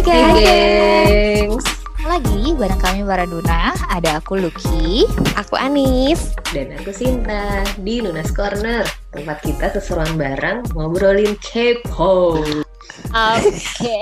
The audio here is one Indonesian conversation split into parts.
Hai guys. gengs. Lagi bareng kami para Duna. Ada aku Lucky, Aku Anis. Dan aku Sinta di Nunas Corner. Tempat kita keseruan bareng ngobrolin K-pop. Oke.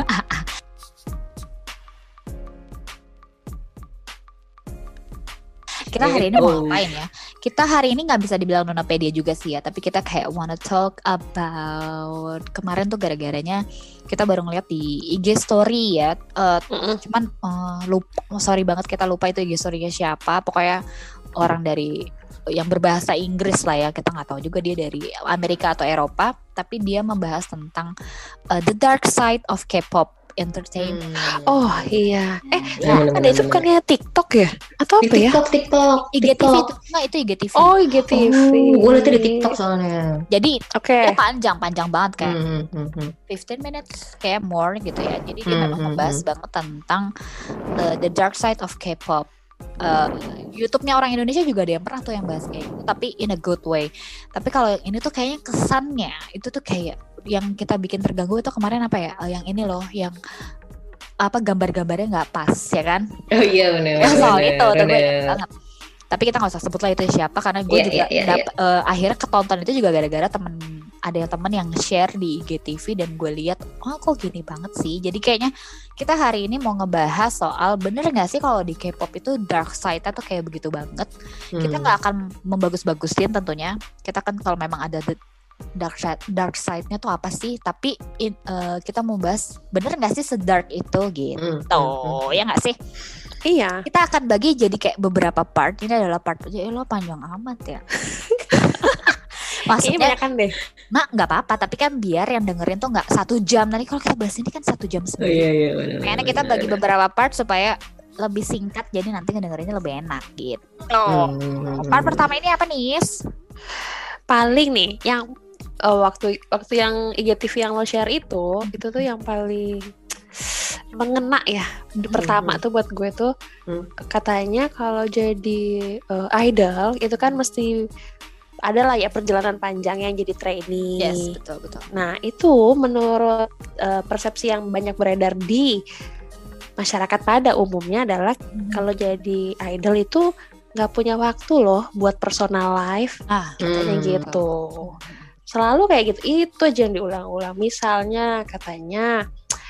Kita hari ini mau ngapain ya? Kita hari ini nggak bisa dibilang Nunapedia juga sih ya, tapi kita kayak wanna talk about kemarin tuh gara-garanya kita baru ngeliat di IG story ya. Cuman lupa, sorry banget kita lupa itu IG story-nya siapa. Pokoknya orang dari yang berbahasa Inggris lah ya, kita nggak tahu juga dia dari Amerika atau Eropa, tapi dia membahas tentang the dark side of K-pop entertainment. Oh iya. Bener, Ada itu bukannya TikTok ya? Atau Di apa ya? TikTok. IGTV itu enggak, itu IGTV. Oh IGTV. Gue liatnya di TikTok soalnya. Jadi Oke. dia panjang banget kayak Hmm. 15 minutes kayak more gitu ya. Jadi dia memang membahas banget tentang the dark side of K-pop. YouTube-nya orang Indonesia juga ada yang pernah tuh yang bahas kayak gitu, tapi in a good way. Tapi kalau ini tuh kayaknya kesannya itu tuh kayak yang kita bikin terganggu itu kemarin apa ya? Yang ini loh, yang apa gambar-gambarnya nggak pas ya kan? Oh iya benar. Soal itu tuh gue ingat banget. Tapi kita nggak usah sebut lah itu siapa, karena gue juga akhirnya ketonton itu juga gara-gara ada temen yang share di IGTV dan gue lihat, oh kok gini banget sih. Jadi kayaknya kita hari ini mau ngebahas soal bener nggak sih kalau di K-pop itu dark side-nya tuh kayak begitu banget. Kita nggak akan membagus-bagusin tentunya. Kita kan kalau memang ada dark side-nya tuh apa sih, tapi kita mau bahas bener nggak sih sedark itu gitu. Ya nggak sih? Iya. Kita akan bagi jadi kayak beberapa part. Ini adalah part lo panjang amat ya. Ini Maksudnya banyak kan deh. nggak apa-apa, tapi kan biar yang dengerin tuh nggak 1 jam. Nanti kalau kita bahas ini kan 1 jam Oh sendiri. iya benar. Kayaknya kita bagi beberapa part supaya lebih singkat, jadi nanti ngedengerinnya lebih enak gitu. Part pertama ini apa nih? Paling nih yang waktu yang IGTV yang lo share itu tuh yang paling mengena ya. Pertama tuh buat gue tuh katanya kalau jadi idol itu kan mesti adalah ya perjalanan panjang yang jadi trainee. Yes, betul. Nah itu menurut persepsi yang banyak beredar di masyarakat pada umumnya adalah kalau jadi idol itu nggak punya waktu loh buat personal life. Katanya gitu. Selalu kayak gitu. Itu aja yang diulang-ulang. Misalnya katanya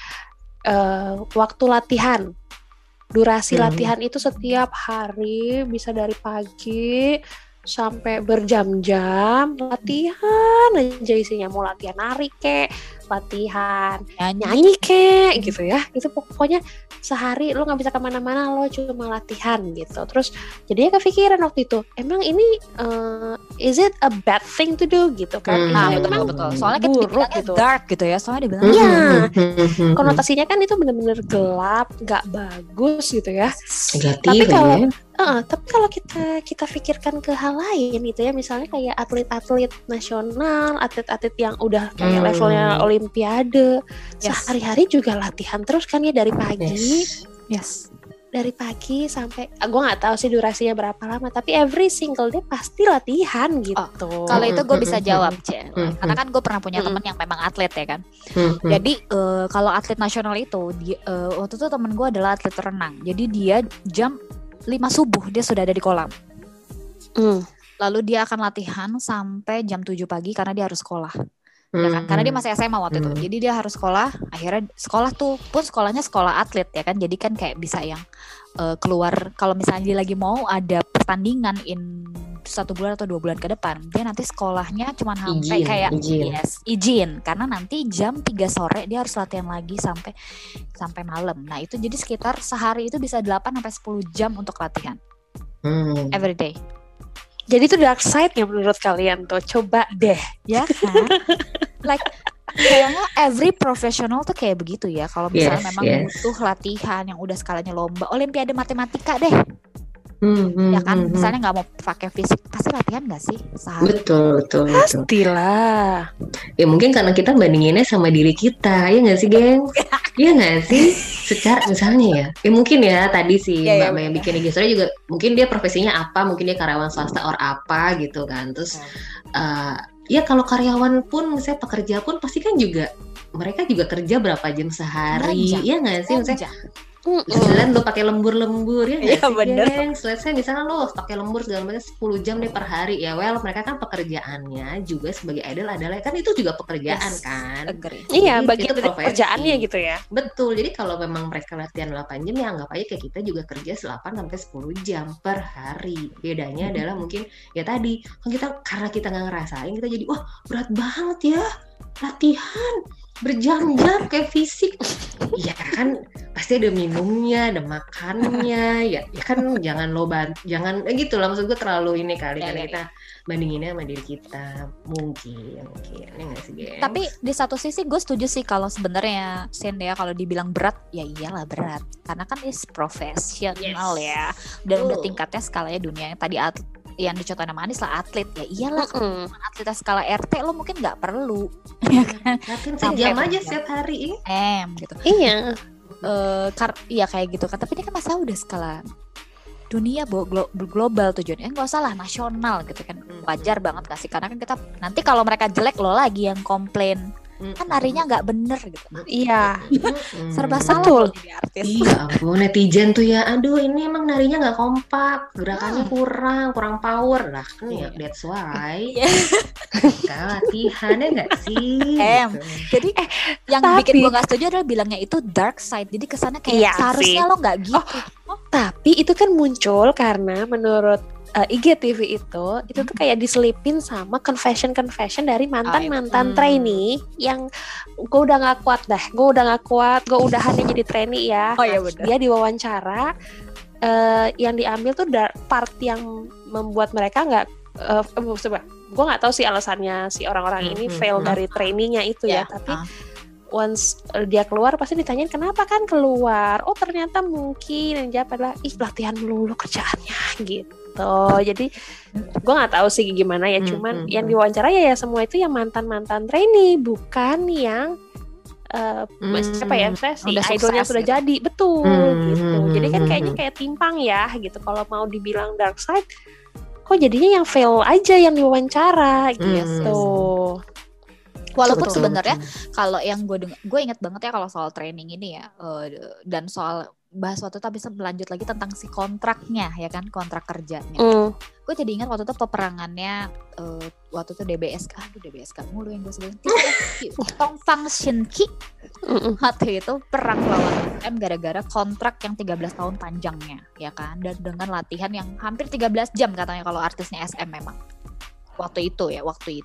waktu latihan, durasi latihan itu setiap hari bisa dari pagi sampai berjam-jam latihan aja isinya, mau latihan nari kek, latihan nyanyi kek gitu ya. Itu pokoknya sehari lo nggak bisa kemana-mana, lo cuma latihan gitu. Terus jadinya kepikiran waktu itu, emang ini is it a bad thing to do gitu kan? Betul. Soalnya kita dibilangnya gitu. dark gitu ya. Soalnya dibilang Iya, konotasinya kan itu benar-benar gelap, nggak bagus gitu ya. Negatif Tapi kalau kita pikirkan ke hal lain gitu ya, misalnya kayak atlet-atlet nasional, atlet-atlet yang udah kayak levelnya olimpiade, sehari-hari juga latihan terus kan ya dari pagi, dari pagi sampai gue nggak tahu sih durasinya berapa lama, tapi every single day pasti latihan gitu. Kalau itu gue bisa jawab, karena kan gue pernah punya teman yang memang atlet ya kan. Jadi kalau atlet nasional itu, waktu itu temen gue adalah atlet renang. Jadi dia jam 5 subuh dia sudah ada di kolam. Lalu dia akan latihan sampai jam 7 pagi karena dia harus sekolah. Ya kan? Karena dia masih SMA waktu itu. Jadi dia harus sekolah. Akhirnya sekolah tuh pun sekolahnya sekolah atlet ya kan. Jadi kan kayak bisa yang keluar, kalau misalnya dia lagi mau ada pertandingan 1 bulan atau 2 bulan ke depan, dia nanti sekolahnya cuma sampai izin. Karena nanti jam 3 sore dia harus latihan lagi sampai malam. Nah itu jadi sekitar sehari itu bisa 8-10 jam untuk latihan. Every day. Jadi itu dark side-nya menurut kalian tuh. Coba deh. Ya kan? Like kayaknya every professional tuh kayak begitu ya. Kalau misalnya memang butuh latihan yang udah skalanya lomba, olimpiade matematika deh. Ya kan, misalnya nggak mau pakai fisik, pasti latihan nggak sih sehari? Betul. Pastilah. Ya mungkin karena kita bandinginnya sama diri kita, ya nggak sih, geng? Iya nggak sih? Secara misalnya ya mungkin ya tadi si Mbak Maya yang bikin IG story juga, mungkin dia profesinya apa, mungkin dia karyawan swasta or apa gitu kan. Terus ya kalau karyawan pun, misalnya pekerja pun pasti kan juga mereka juga kerja berapa jam sehari, ya nggak sih? Maksudnya Jalan lo pakai lembur ya nggak sih, bener. gengs? Let's say misalnya lo pakai lembur segala macam 10 jam deh per hari, ya mereka kan pekerjaannya juga sebagai idol adalah kan itu juga pekerjaan kan. Iya, bagian dari pekerjaannya gitu ya. Betul, jadi kalau memang mereka latihan 8 jam ya anggap aja kayak kita juga kerja 8 sampai 10 jam per hari. Bedanya adalah mungkin ya tadi kan karena kita nggak ngerasain, kita jadi wah berat banget ya latihan berjam-jam kayak fisik. Ya kan pasti ada minumnya, ada makannya, ya kan jangan gitu lah, maksud gue terlalu ini kali karena kita bandinginnya sama diri kita mungkin ini nggak sih, gengs? Tapi di satu sisi gue setuju sih kalau sebenarnya Sin ya, kalau dibilang berat ya iyalah berat karena kan is profesional ya, dan udah tingkatnya skalanya dunia. Yang tadi yang dicontohin sama Anis lah atlet, ya iyalah atlet skala RT lo mungkin nggak perlu ya kan, latihan sejam aja setiap hari gitu. Iya. Iya kayak gitu kan, tapi ini kan masa udah skala dunia global tujuannya, nggak usah lah nasional gitu kan. Wajar banget gak sih, karena kan kita nanti kalau mereka jelek lo lagi yang komplain kan narinya nggak bener gitu. Iya. Serba salah jadi artis. Iya ampun, netizen tuh ya, aduh ini emang narinya nggak kompak, gerakannya kurang power lah kan ya, that's why kan latihannya nggak sih gitu. Jadi yang bikin gue nggak setuju adalah bilangnya itu dark side, jadi kesannya kayak seharusnya lo nggak gitu. Tapi itu kan muncul karena menurut IGTV itu tuh kayak diselipin sama confession dari mantan trainee yang gue udah nggak kuat, gue udahannya jadi trainee ya. Dia diwawancara, yang diambil tuh part yang membuat mereka nggak gue nggak tahu sih alasannya si orang-orang ini fail dari trainee-nya itu ya, tapi once dia keluar pasti ditanyain kenapa kan keluar, ternyata mungkin yang jawab adalah latihan melulu kerjaannya gitu. Jadi gue nggak tahu sih gimana ya, cuman yang diwawancara ya semua itu yang mantan trainee, bukan yang siapa ya, misalnya si idolnya sudah gitu. Jadi betul gitu. Jadi kan kayaknya kayak timpang ya gitu. Kalau mau dibilang dark side, kok jadinya yang fail aja yang diwawancara gitu. Walaupun sebenarnya kalau yang gue ingat banget ya kalau soal training ini ya, dan soal bahas waktu itu bisa berlanjut lagi tentang si kontraknya ya kan, kontrak kerjanya. Gue jadi ingat waktu itu peperangannya waktu itu DBSK mulu yang gue sebutin. Tong Fang Shin Ki waktu itu perang lawan SM gara-gara kontrak yang 13 tahun panjangnya ya kan, dan dengan latihan yang hampir 13 jam katanya kalau artisnya SM memang waktu itu.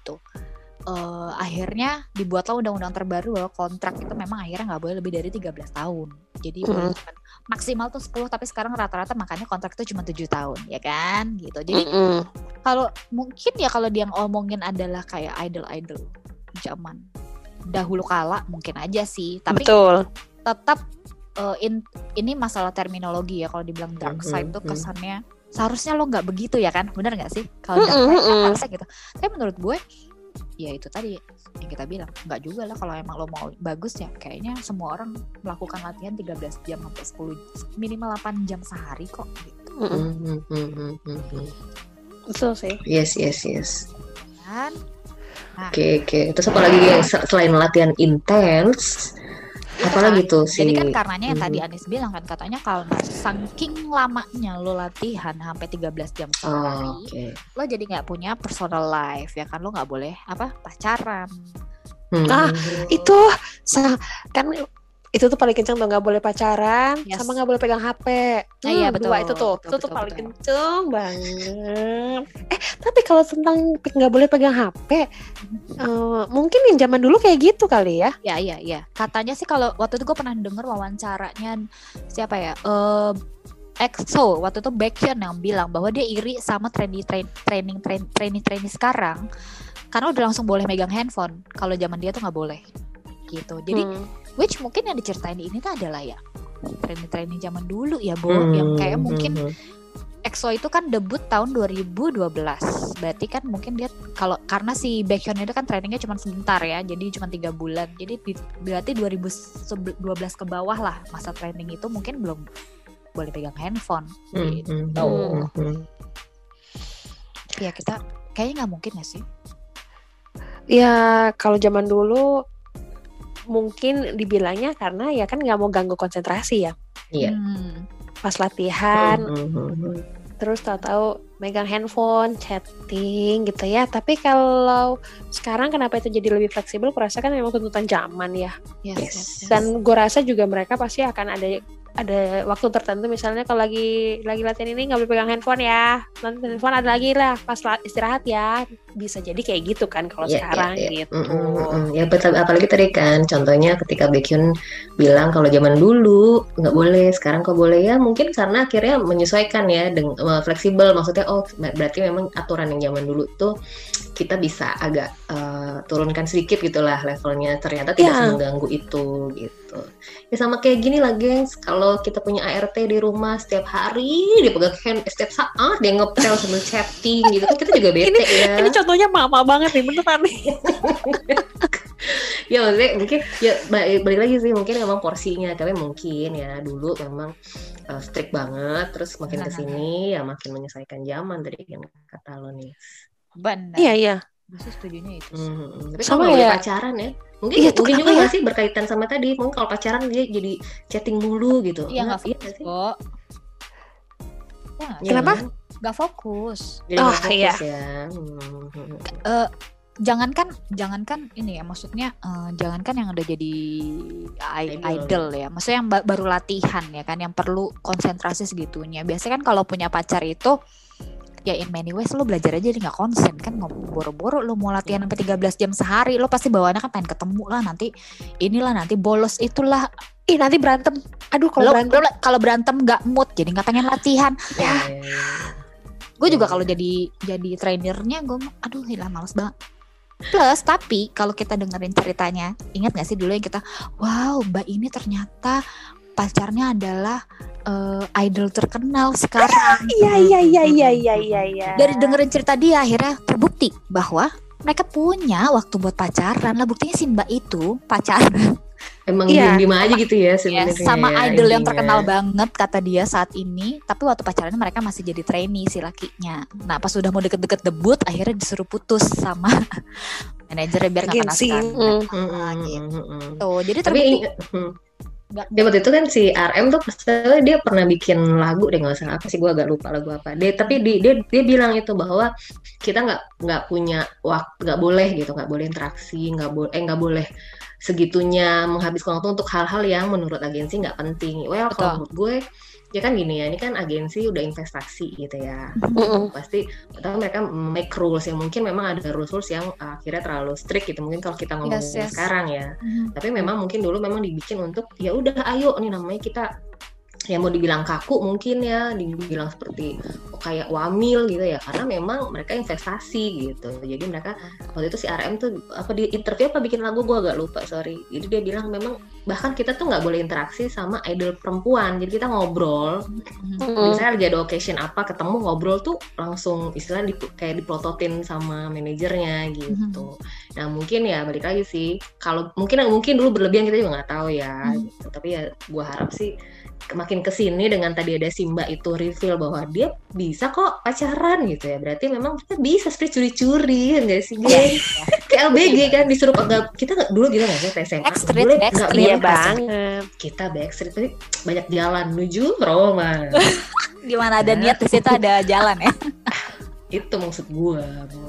Akhirnya dibuatlah undang-undang terbaru bahwa kontrak itu memang akhirnya nggak boleh lebih dari 13 tahun. Jadi maksimal tuh 10, tapi sekarang rata-rata makanya kontrak itu cuma 7 tahun ya kan gitu. Jadi kalau mungkin ya kalau dia ngomongin adalah kayak idol zaman dahulu kala mungkin aja sih, tapi tetap ini masalah terminologi ya. Kalau dibilang dark side tuh kesannya seharusnya lo nggak begitu ya kan, benar nggak sih kalau dark side apa gitu. Tapi menurut gue ya itu tadi yang kita bilang, nggak juga lah kalau emang lo mau bagus ya kayaknya semua orang melakukan latihan 13 jam sampai 10 minimal 8 jam sehari kok gitu. Betul sih. Yes. Kan? Nah, Oke. Terus apa lagi yang selain latihan intens? Apalagi tuh sih. Jadi kan karenanya yang tadi Anis bilang kan, katanya kalau saking lamanya lo latihan sampai 13 jam sehari, lo jadi nggak punya personal life ya kan, lo nggak boleh pacaran. Itu kan itu tuh paling kenceng tuh, nggak boleh pacaran, sama nggak boleh pegang HP. Iya betul. Dua itu tuh paling kenceng banget. Tapi kalau tentang nggak boleh pegang HP, mungkin yang zaman dulu kayak gitu kali ya. Iya. Katanya sih kalau waktu itu gue pernah denger wawancaranya siapa ya? EXO waktu itu Baekhyun yang bilang bahwa dia iri sama trainee sekarang karena udah langsung boleh megang handphone. Kalau zaman dia tuh nggak boleh gitu. Jadi which mungkin yang diceritain ini tuh adalah ya trainee zaman dulu ya yang kayak mungkin EXO itu kan debut tahun 2012. Berarti kan mungkin dia karena si Baekhyun itu kan trainingnya cuma sebentar ya, jadi cuma 3 bulan. Jadi berarti 2012 ke bawah lah masa training itu mungkin belum boleh pegang handphone gitu. Ya kita kayaknya nggak mungkin ya sih. Ya kalau zaman dulu mungkin dibilangnya karena ya kan nggak mau ganggu konsentrasi ya. Iya. Pas latihan, terus tahu-tahu megang handphone, chatting gitu ya. Tapi kalau sekarang kenapa itu jadi lebih fleksibel? Kurasa kan memang tuntutan zaman ya. Yes. Dan gue rasa juga mereka pasti akan ada waktu tertentu, misalnya kalau lagi latihan ini nggak boleh pegang handphone ya, nanti handphone ada lagi lah pas istirahat ya, bisa jadi kayak gitu kan kalau sekarang gitu. Ya betul, apalagi tadi kan contohnya ketika Baekhyun bilang kalau zaman dulu nggak boleh, sekarang kok boleh, ya mungkin karena akhirnya menyesuaikan ya dengan fleksibel, maksudnya berarti memang aturan yang zaman dulu tuh kita bisa agak turunkan sedikit gitulah levelnya, ternyata tidak mengganggu itu gitu. Ya sama kayak gini lah gengs, kalau kita punya ART di rumah setiap hari dia pegang hand, setiap saat dia ngepel sambil chatting gitu kan, kita juga bete ya. Ini contohnya mama banget nih, beneran nih. Ya maksudnya mungkin ya balik lagi sih, mungkin memang porsinya, tapi mungkin ya dulu memang strict banget, terus makin kesini ya makin menyesuaikan zaman tadi yang kata lo nih. Benar. Iya. Bisa setujunya itu. Tapi kalau nggak boleh pacaran ya, mungkin juga nggak sih berkaitan sama tadi, mungkin kalau pacaran dia jadi chatting mulu gitu. Iya nggak fokus kok. Kenapa? Nggak fokus. Jadi nggak fokus ya. Jangankan ini ya, maksudnya jangankan yang udah jadi idol ya, maksudnya yang baru latihan ya kan, yang perlu konsentrasi segitunya. Biasanya kan kalau punya pacar itu ya in many ways lo belajar aja, jadi nggak konsen kan, nggak boro-boro lo mau latihan sampai 13 jam sehari, lo pasti bawaannya kan pengen ketemu lah, nanti inilah, nanti bolos itulah, nanti berantem. Aduh kalau berantem nggak mood, jadi nggak pengen latihan. Gue juga kalau jadi trainernya gue aduh hilang, males banget. Plus tapi kalau kita dengerin ceritanya, ingat gak sih dulu yang kita wow mbak ini ternyata pacarnya adalah idol terkenal sekarang. Iya. Dari dengerin cerita dia akhirnya terbukti bahwa mereka punya waktu buat pacaran lah. Buktinya si mbak itu pacaran. Emang diem-diem aja gitu ya sebenarnya. Sama idol yang terkenal banget kata dia saat ini. Tapi waktu pacarannya mereka masih jadi trainee si lakinya. Nah pas sudah mau deket-deket debut, akhirnya disuruh putus sama manajernya biar gak penasaran. Gitu. Jadi terbukti. Dia waktu itu kan si RM tuh pastinya dia pernah bikin lagu deh, nggak salah apa sih, gue agak lupa lagu apa. Tapi dia bilang itu bahwa kita nggak punya waktu, nggak boleh gitu, nggak boleh interaksi, nggak boleh segitunya menghabiskan waktu untuk hal-hal yang menurut agensi nggak penting. Well kalau menurut gue ya kan gini ya, ini kan agensi udah investasi gitu ya, pasti mereka make rules yang mungkin memang ada rules yang akhirnya terlalu strict gitu, mungkin kalau kita ngomong sekarang ya. Tapi memang mungkin dulu memang dibikin untuk ya udah ayo nih, namanya kita ya mau dibilang kaku mungkin ya, dibilang seperti kayak wamil gitu ya, karena memang mereka investasi gitu. Jadi mereka waktu itu si RM tuh apa di interview apa bikin lagu, gue agak lupa sorry. Jadi dia bilang memang bahkan kita tuh nggak boleh interaksi sama idol perempuan, jadi kita ngobrol. Misalnya lagi ada occasion apa ketemu ngobrol tuh langsung istilahnya kayak diprototin sama manajernya gitu. Nah mungkin ya balik lagi sih, kalau mungkin dulu berlebihan kita juga nggak tahu ya. Gitu. Tapi ya gue harap sih makin kesini dengan tadi ada Simba itu reveal bahwa dia bisa kok pacaran gitu ya, berarti memang kita bisa seperti curi-curi nggak sih geng? Kayak LBG kan disuruh kita nggak dulu gitu nggak sih SMA nggak boleh banget kita backstreet, tapi banyak jalan menuju Roma. Di mana ada niat di situ ada jalan ya. Itu maksud gue.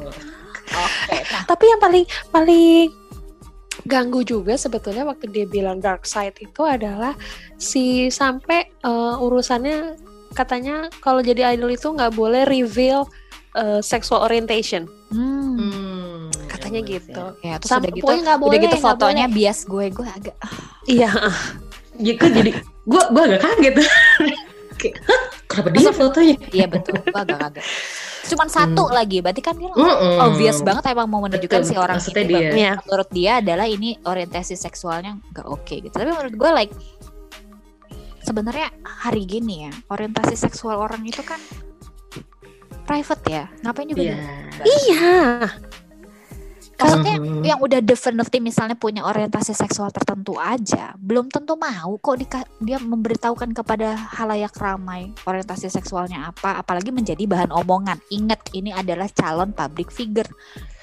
Tapi yang paling ganggu juga sebetulnya waktu dia bilang dark side itu adalah si sampai urusannya katanya kalau jadi idol itu nggak boleh reveal sexual orientation. Katanya gitu. Ya, terus udah gitu fotonya bias gue agak iya. Jadi gue agak kaget. Kenapa dia fotonya? Iya betul, gue agak kaget. Cuman satu lagi, berarti kan dia obvious banget emang mau menunjukkan si orang ini menurut dia adalah ini orientasi seksualnya nggak oke gitu. Tapi menurut gue sebenarnya hari gini ya, orientasi seksual orang itu kan private ya, ngapain juga iya. Maksudnya yang udah definitif misalnya punya orientasi seksual tertentu aja belum tentu mau kok dia memberitahukan kepada halayak ramai orientasi seksualnya apa, apalagi menjadi bahan omongan. Ingat ini adalah calon public figure.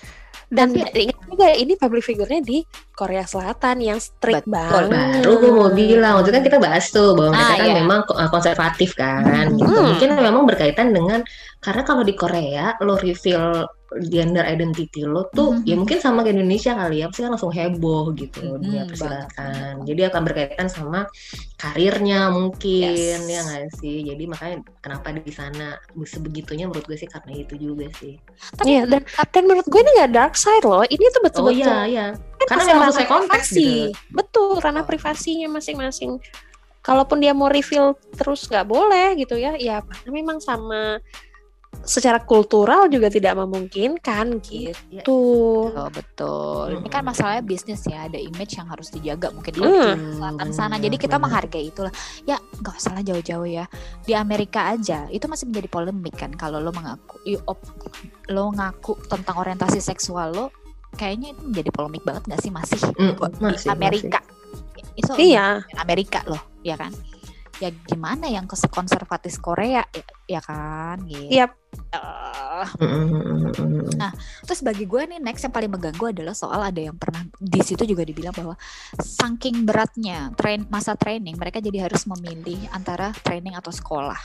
Dan ingat juga ini public figure-nya di Korea Selatan yang strict banget. Baru gue mau bilang, waktu kan kita bahas tuh bahwa mereka kan memang konservatif kan. Gitu. Mungkin memang berkaitan dengan karena kalau di Korea lo reveal gender identity lo tuh ya mungkin sama kayak Indonesia kali ya, pasti kan langsung heboh gitu dunia persilatan. Jadi akan berkaitan sama karirnya mungkin ya nggak sih. Jadi makanya kenapa di sana sebegitunya menurut gue sih karena itu juga sih. Iya, dan menurut gue ini nggak dark side loh. Ini tuh betul-betul. Oh iya. Karena memang sesuai konteks gitu. Betul, ranah privasinya masing-masing. Kalaupun dia mau reveal terus nggak boleh gitu ya. Ya karena memang sama secara kultural juga tidak memungkinkan gitu. Betul. Ini kan masalahnya bisnis ya, ada image yang harus dijaga mungkin di selatan sana. Jadi kita menghargai itulah. Ya nggak usah jauh-jauh ya. Di Amerika aja itu masih menjadi polemik kan kalau lo ngaku tentang orientasi seksual lo, kayaknya itu menjadi polemik banget nggak sih masih di Amerika? Itu Amerika loh, ya kan? Ya gimana yang konservatif Korea ya kan gitu. Yep. Nah, terus bagi gue nih next yang paling mengganggu adalah soal ada yang pernah di situ juga dibilang bahwa saking beratnya masa training, mereka jadi harus memilih antara training atau sekolah.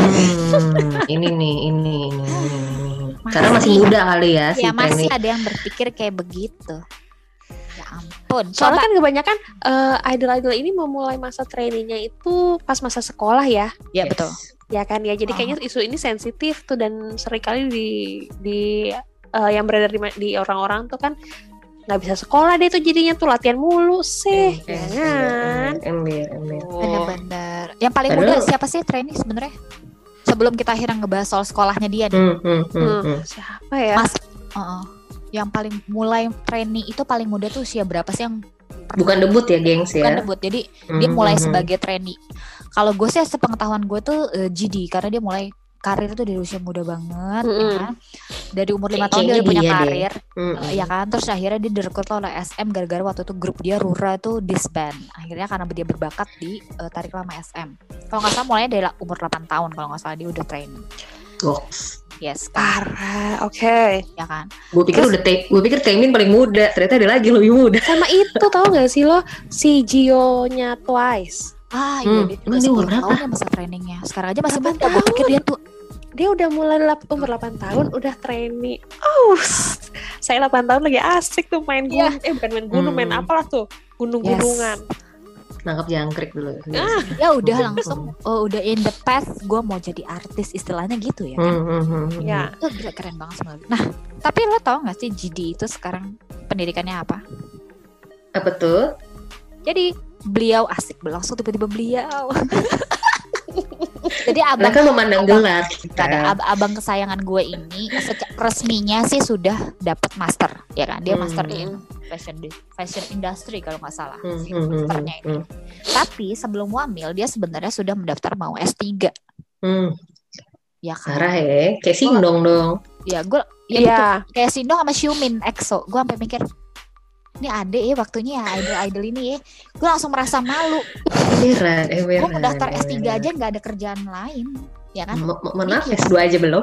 Ini. Karena masih muda kali ya. Ya masih ada yang berpikir kayak begitu. Ya ampun. Soalnya kan kebanyakan idol-idol ini memulai masa trainingnya itu pas masa sekolah ya. Ya betul. Ya kan ya. Jadi kayaknya isu ini sensitif tuh dan seringkali di yang beredar di orang-orang tuh kan nggak bisa sekolah deh tuh jadinya tuh latihan mulu sih. Jangan. Bener-bener. Yang paling muda siapa sih training sebenarnya? Sebelum kita akhirnya ngebahas soal sekolahnya dia nih. Siapa ya? Yang paling mulai trainee itu paling muda tuh usia berapa sih yang bukan debut ya gengs ya? Bukan debut, jadi dia mulai sebagai trainee. Kalau gue sih sepengetahuan gue tuh GD karena dia mulai karir tuh dari usia muda banget, ya kan? Dari umur 5 tahun dia udah punya karir, ya kan? Terus akhirnya dia direkrut oleh SM gara-gara waktu itu grup dia Rura tuh disband. Akhirnya karena dia berbakat di tarik lama SM. Kalau nggak salah mulainya dari umur 8 tahun kalau nggak salah dia udah trainee. Yes, parah, oke. Ya kan. Gue pikir Taemin paling muda, ternyata ada lagi lebih muda. Sama itu tahu nggak sih lo si Gio-nya Twice? Iya, dia umur berapa? Masa trainingnya. Sekarang aja masih muda. Gue pikir dia udah mulai umur 8 tahun udah trainee. Saya 8 tahun lagi asik tuh main gunung. Bukan main gunung, main apalah tuh, gunung-gunungan. Nangkap jangkrik dulu. Ya udah langsung udah in the path gue mau jadi artis istilahnya gitu ya kan. Ya. Itu gila keren banget sebenarnya. Nah, tapi lo tau gak sih GD itu sekarang pendidikannya apa? Apa tuh? Jadi beliau asik langsung tiba-tiba beliau. Jadi abang kan memandang gelar kita. Abang kesayangan gue ini resminya sih sudah dapat master ya kan. Dia master in fashion industry kalau nggak salah masternya ini. Tapi sebelum wamil dia sebenarnya sudah mendaftar mau S3. Ya kan. Parah ya, kayak Sindong dong. Ya gue ya kayak Sindong sama Xiumin EXO. Gue sampai mikir ini adek ya waktunya ya idol ini ya. Gue langsung merasa malu. Beneran. Gue mau daftar S3 aja gak ada kerjaan lain. Ya kan? Maaf, S2 aja belum.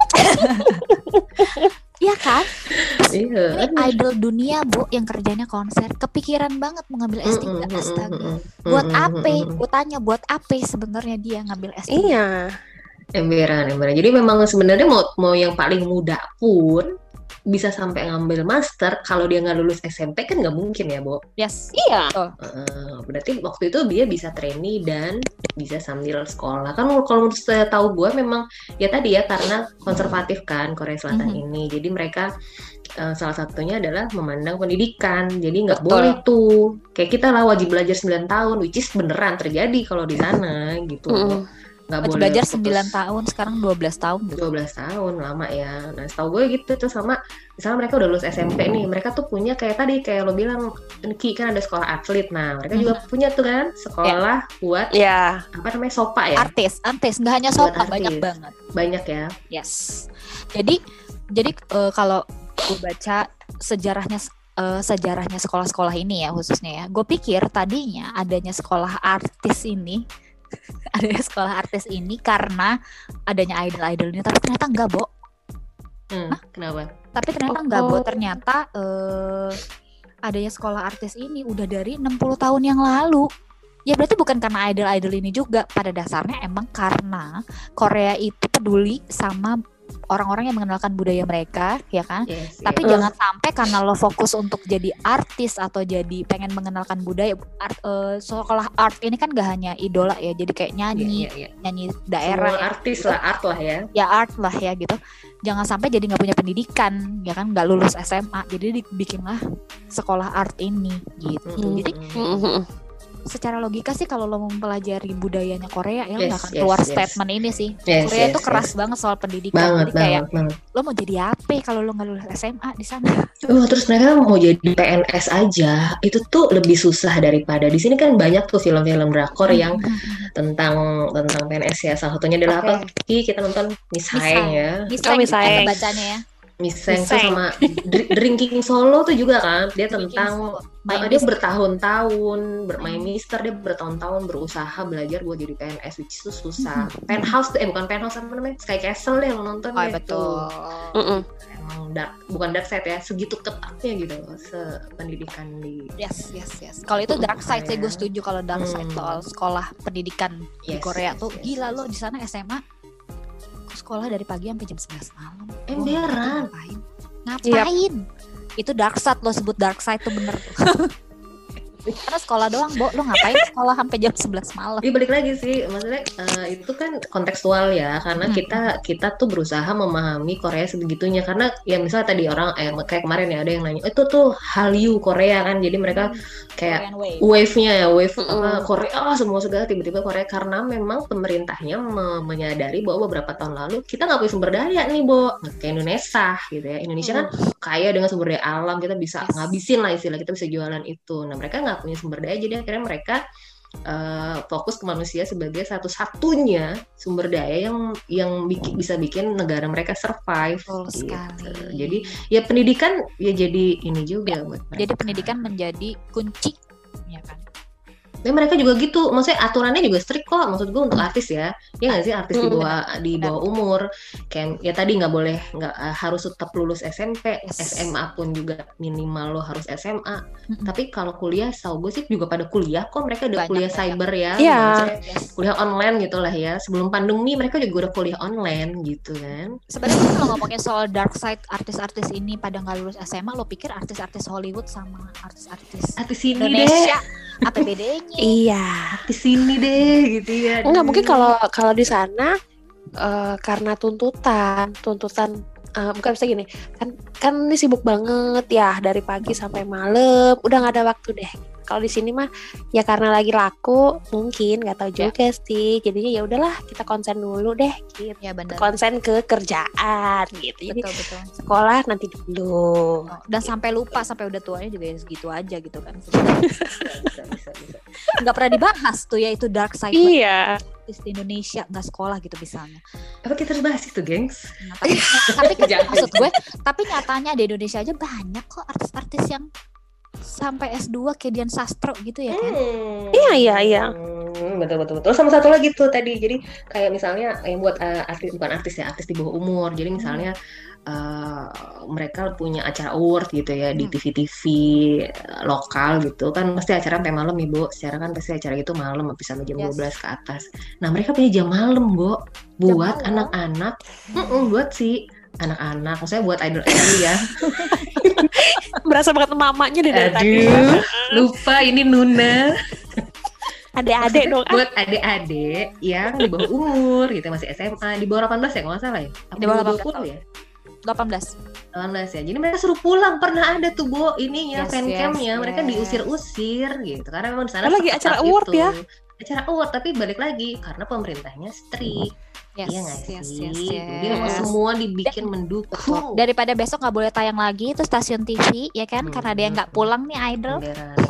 Iya kan? Iya. Ini idol dunia Bu yang kerjanya konser. Kepikiran banget mau ngambil S3. Astaga. Buat apa? Gue tanya buat apa sebenarnya dia ngambil S3. Iya. Emberan. Jadi memang sebenarnya mau yang paling muda pun bisa sampai ngambil master. Kalau dia nggak lulus SMP kan nggak mungkin ya, Bo. Yes. Iya. Berarti waktu itu dia bisa trainee dan bisa sambil sekolah. Kan kalau tahu gue memang ya tadi ya karena konservatif kan Korea Selatan ini. Jadi mereka salah satunya adalah memandang pendidikan. Jadi nggak boleh tuh kayak kita lah wajib belajar 9 tahun, which is beneran terjadi kalau di sana gitu. Nggak boleh belajar 9 tahun, sekarang 12 tahun gitu. 12 tahun, lama ya. Nah setahu gue gitu tuh sama, misalnya mereka udah lulus SMP nih, mereka tuh punya kayak tadi, kayak lo bilang, Ki kan ada sekolah atlet. Nah mereka juga punya tuh kan, sekolah buat, apa namanya, sopa ya? Artis, nggak hanya sopa, banyak banget. Banyak ya? Yes. Jadi kalau gue baca sejarahnya sekolah-sekolah ini ya khususnya ya, gue pikir tadinya adanya sekolah artis ini karena adanya idol-idol ini, tapi ternyata enggak, Bo. Kenapa? Tapi ternyata enggak, Bo. Ternyata adanya sekolah artis ini udah dari 60 tahun yang lalu. Ya berarti bukan karena idol-idol ini juga. Pada dasarnya emang karena Korea itu peduli sama orang-orang yang mengenalkan budaya mereka, ya kan? Tapi jangan sampai karena lo fokus untuk jadi artis atau jadi pengen mengenalkan budaya. Sekolah art ini kan gak hanya idola ya, jadi kayak nyanyi daerah. Semua artis lah, art lah ya. Ya art lah ya gitu. Jangan sampai jadi nggak punya pendidikan, ya kan? Nggak lulus SMA, jadi dibikinlah sekolah art ini, gitu. Jadi secara logika sih kalau lo mempelajari budayanya Korea ya lo gak akan keluar statement ini sih. Korea itu keras banget soal pendidikan. Jadi kayak lo mau jadi apa kalau lo gak lulus SMA di sana? Terus mereka mau jadi PNS aja itu tuh lebih susah daripada di sini. Kan banyak tuh film-film drakor yang tentang PNS ya. Salah satunya adalah apa? Kita nonton Miss Haeng ya. Miss Haeng bacanya ya. Miseng tuh sama Drinking Solo tuh juga kan, dia tentang dia bertahun-tahun bermain Mister, dia bertahun-tahun berusaha belajar buat jadi PNS, which itu susah. Penthouse tuh bukan Penthouse, apa namanya, Sky Castle deh yang nonton ya. Betul. Emang bukan dark side ya, segitu ketatnya gitu pendidikan di. Yes. Kalau itu dark side sih gue setuju. Kalau dark side soal sekolah pendidikan di Korea tuh gila lo di sana SMA sekolah dari pagi sampai jam 11 malam. Emberan. Ngapain? Itu dark side, lo sebut dark side tuh bener. Karena sekolah doang, Bo. Lo ngapain sekolah sampai jam 11 malam? Iya, balik lagi sih. Maksudnya itu kan kontekstual ya. Karena kita tuh berusaha memahami Korea sebegitunya. Karena ya misalnya tadi orang kayak kemarin ya ada yang nanya, itu tuh Hallyu Korea kan. Jadi mereka kayak wave-nya ya, Korea semua segala tiba-tiba Korea. Karena memang pemerintahnya menyadari bahwa beberapa tahun lalu kita nggak punya sumber daya nih, Bo. Kayak Indonesia gitu ya. Indonesia kan kaya dengan sumber daya alam. Kita bisa ngabisin lah istilah, kita bisa jualan itu. Nah mereka nggak punya sumber daya, jadi akhirnya mereka fokus ke manusia sebagai satu-satunya sumber daya yang bisa bikin negara mereka survive. Gitu. Jadi ya pendidikan ya jadi ini juga buat mereka. Jadi pendidikan menjadi kunci, ya kan? Dan mereka juga gitu, maksudnya aturannya juga strict kok, maksud gue untuk artis ya nggak sih, artis di bawah umur, kayak ya tadi nggak harus tetap lulus SMP, SMA pun juga minimal lo harus SMA. Tapi kalau kuliah, tahu gue sih juga pada kuliah kok, mereka udah kuliah cyber ya, kuliah online gitulah ya. Sebelum pandemi mereka juga udah kuliah online gitu kan. Sebenarnya kalau ngomongin soal dark side artis-artis ini pada nggak lulus SMA, lo pikir artis-artis Hollywood sama artis Indonesia apa bedanya? Iya, di sini deh gitu ya. Enggak, mungkin kalau di sana karena tuntutan bukan bisa gini kan ini sibuk banget ya dari pagi sampai malam, udah nggak ada waktu deh. Kalau di sini mah ya karena lagi laku, mungkin nggak tahu juga sih. Jadinya ya udahlah kita konsen dulu deh gitu. Ya, konsen ke kerjaan gitu. Jadi betul. Sekolah nanti dulu. Dan sampai lupa, sampai udah tuanya juga segitu aja gitu kan. Bisa. Nggak pernah dibahas tuh ya itu dark side. Iya. Di Indonesia nggak sekolah gitu misalnya. Apa kita harus bahas itu, gengs? Tapi maksud gue, tapi nyatanya di Indonesia aja banyak kok artis-artis yang sampai S2 kayak Dian Sastro gitu ya kan? Iya. Betul. Sama satu lagi tuh tadi, jadi kayak misalnya yang buat artis, bukan artis ya, artis di bawah umur. Jadi misalnya mereka punya acara award gitu ya di TV-TV lokal gitu kan, pasti acara sampai malam nih, Bo. Secara kan pasti acara itu malam bisa sampai jam 12 ke atas. Nah mereka punya jam malam, Bo, buat anak-anak, buat si anak-anak, maksudnya buat idol ya. Berasa banget mamanya deh dari tadi. Lupa ini Nuna. Adik-adik dong. Buat adik-adik yang di bawah umur gitu, masih SMA, di bawah 18 ya kalau nggak salah ya. Di bawah 20 ya. 18 ya. Jadi mereka suruh pulang. Pernah ada tuh, Bo, ininya fancamnya. Mereka diusir-usir gitu karena memang di sana lagi acara award ya. Acara award, tapi balik lagi karena pemerintahnya strict. Iya nggak sih? Jadi memang semua dibikin mendukung. Daripada besok nggak boleh tayang lagi itu stasiun TV, ya kan? Karena dia nggak pulang nih idol.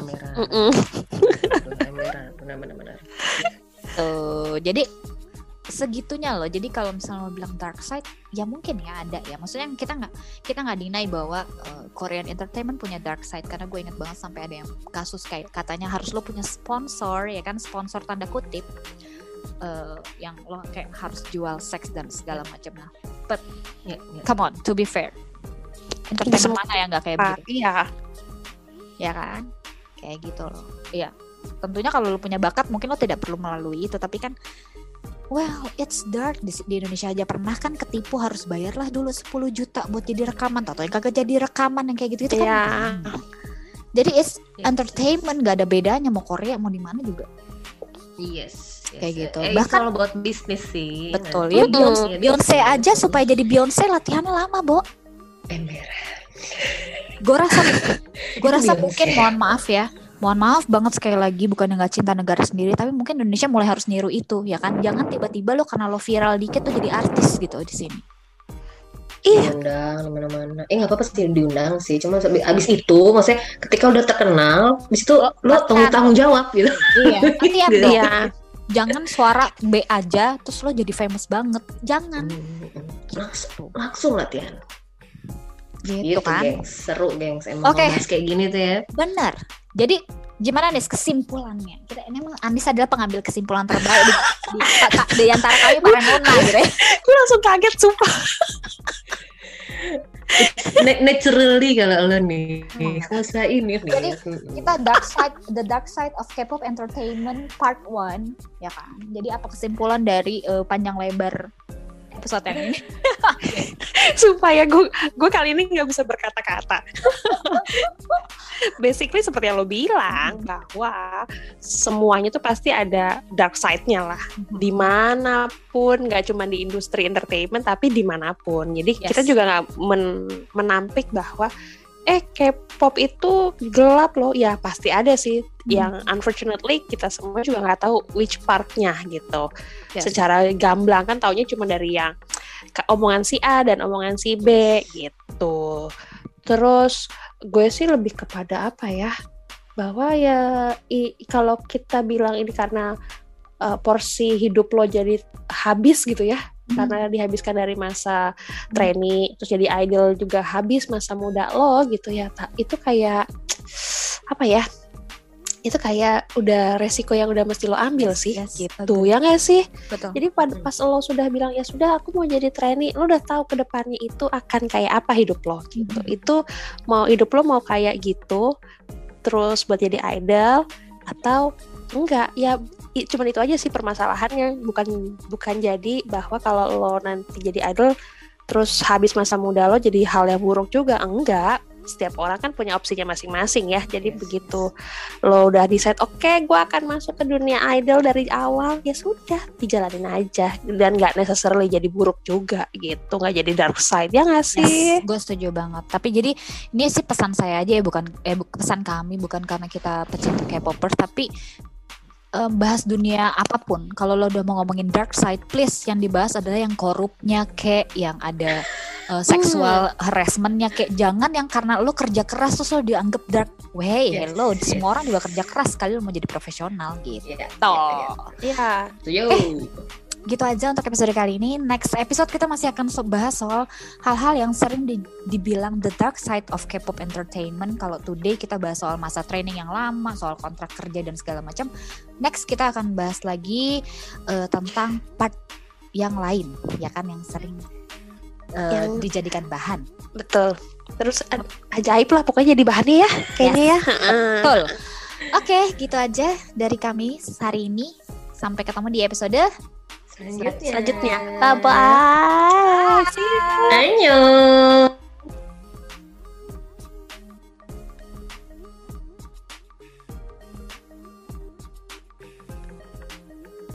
Benar. Jadi segitunya loh. Jadi kalau misalnya mau bilang dark side, ya mungkin ya ada ya. Maksudnya kita nggak deny bahwa Korean entertainment punya dark side. Karena gue inget banget sampai ada yang kasus kayak katanya harus lo punya sponsor, ya kan? Sponsor tanda kutip. Yang lo kayak harus jual seks dan segala macam. Nah But come on, to be fair, entertainment mana yang nggak kayak begitu? Iya. Ya kan, kayak gitu loh. Iya. Tentunya kalau lu punya bakat, mungkin lo tidak perlu melalui itu. Tapi kan, well, it's dark. Di Indonesia aja pernah kan ketipu, harus bayarlah dulu 10 juta buat jadi rekaman. Atau yang kagak jadi rekaman yang kayak gitu-gitu kan. Jadi it's entertainment, gak ada bedanya mau Korea mau di mana juga. Yes. Kayak gitu. Bahkan kalau buat bisnis sih. Betul ya. Beyonce aja supaya jadi Beyonce latihannya lama, Bo. Ember. Gue rasa mungkin, mohon maaf banget sekali lagi, bukan nggak cinta negara sendiri, tapi mungkin Indonesia mulai harus niru itu, ya kan? Jangan tiba-tiba lo karena lo viral dikit tuh jadi artis gitu di sini. Diundang mana-mana. Nggak apa-apa sih diundang sih. Cuma abis itu, maksudnya ketika udah terkenal, abis itu lo tanggung jawab gitu. Iya. Latihan dong. Iya. Jangan suara B aja, terus lo jadi famous banget. Jangan. Langsung latihan. Gitu kan, gengs. Seru gengs emang bahas kayak gini tuh ya. Benar. Jadi gimana nih kesimpulannya? Kita ini emang Andis adalah pengambil kesimpulan terbaik di antara kami para nona gitu ya. Gue langsung kaget sumpah. Naturally kalau lo nih masa ini nih. Jadi kita the dark side of K-pop entertainment part 1 ya kan. Jadi apa kesimpulan dari panjang lebar episode yang ini? Sumpah ya, gue kali ini nggak bisa berkata-kata. Basically seperti yang lo bilang, bahwa semuanya tuh pasti ada dark side-nya lah. Dimanapun, nggak cuma di industri entertainment, tapi dimanapun. Jadi kita juga nggak menampik bahwa K-pop itu gelap loh. Ya pasti ada sih. Yang unfortunately kita semua juga nggak tahu which part-nya gitu. Secara gamblang kan taunya cuma dari yang omongan si A dan omongan si B gitu. Terus gue sih lebih kepada apa ya, bahwa ya kalau kita bilang ini karena porsi hidup lo jadi habis gitu ya, karena dihabiskan dari masa trainee terus jadi idol juga habis masa muda lo gitu ya, itu kayak apa ya, itu kayak udah resiko yang udah mesti lo ambil sih gitu. Ya nggak sih? Betul. Jadi pas lo sudah bilang ya sudah aku mau jadi trainee, lo udah tahu kedepannya itu akan kayak apa hidup lo gitu. Itu mau hidup lo mau kayak gitu terus buat jadi idol atau enggak, ya cuman itu aja sih permasalahannya. Bukan jadi bahwa kalau lo nanti jadi idol terus habis masa muda lo jadi hal yang buruk juga, enggak. Setiap orang kan punya opsinya masing-masing ya. Jadi begitu lo udah decide oke, gue akan masuk ke dunia idol dari awal, ya sudah dijalanin aja dan nggak necessarily jadi buruk juga gitu, nggak jadi dark side, ya nggak sih? Gue setuju banget. Tapi jadi ini sih pesan saya aja ya, bukan pesan kami, bukan karena kita pecinta K-popers, tapi bahas dunia apapun, kalau lo udah mau ngomongin dark side, please yang dibahas adalah yang korupnya, kayak yang ada seksual harassmentnya, kayak jangan yang karena lo kerja keras terus lo dianggap dark. Hello, semua orang juga kerja keras kali lo mau jadi profesional gitu. Iya. Gitu aja untuk episode kali ini. Next episode kita masih akan bahas soal hal-hal yang sering dibilang the dark side of K-pop entertainment. Kalau today kita bahas soal masa training yang lama, soal kontrak kerja dan segala macam. Next kita akan bahas lagi tentang part yang lain, ya kan, yang sering yang dijadikan bahan. Betul. Terus ajaib lah pokoknya jadi bahannya ya, kayaknya ya. Betul. Oke, gitu aja dari kami hari ini. Sampai ketemu di episode selanjutnya. Bye bye. Annyeong.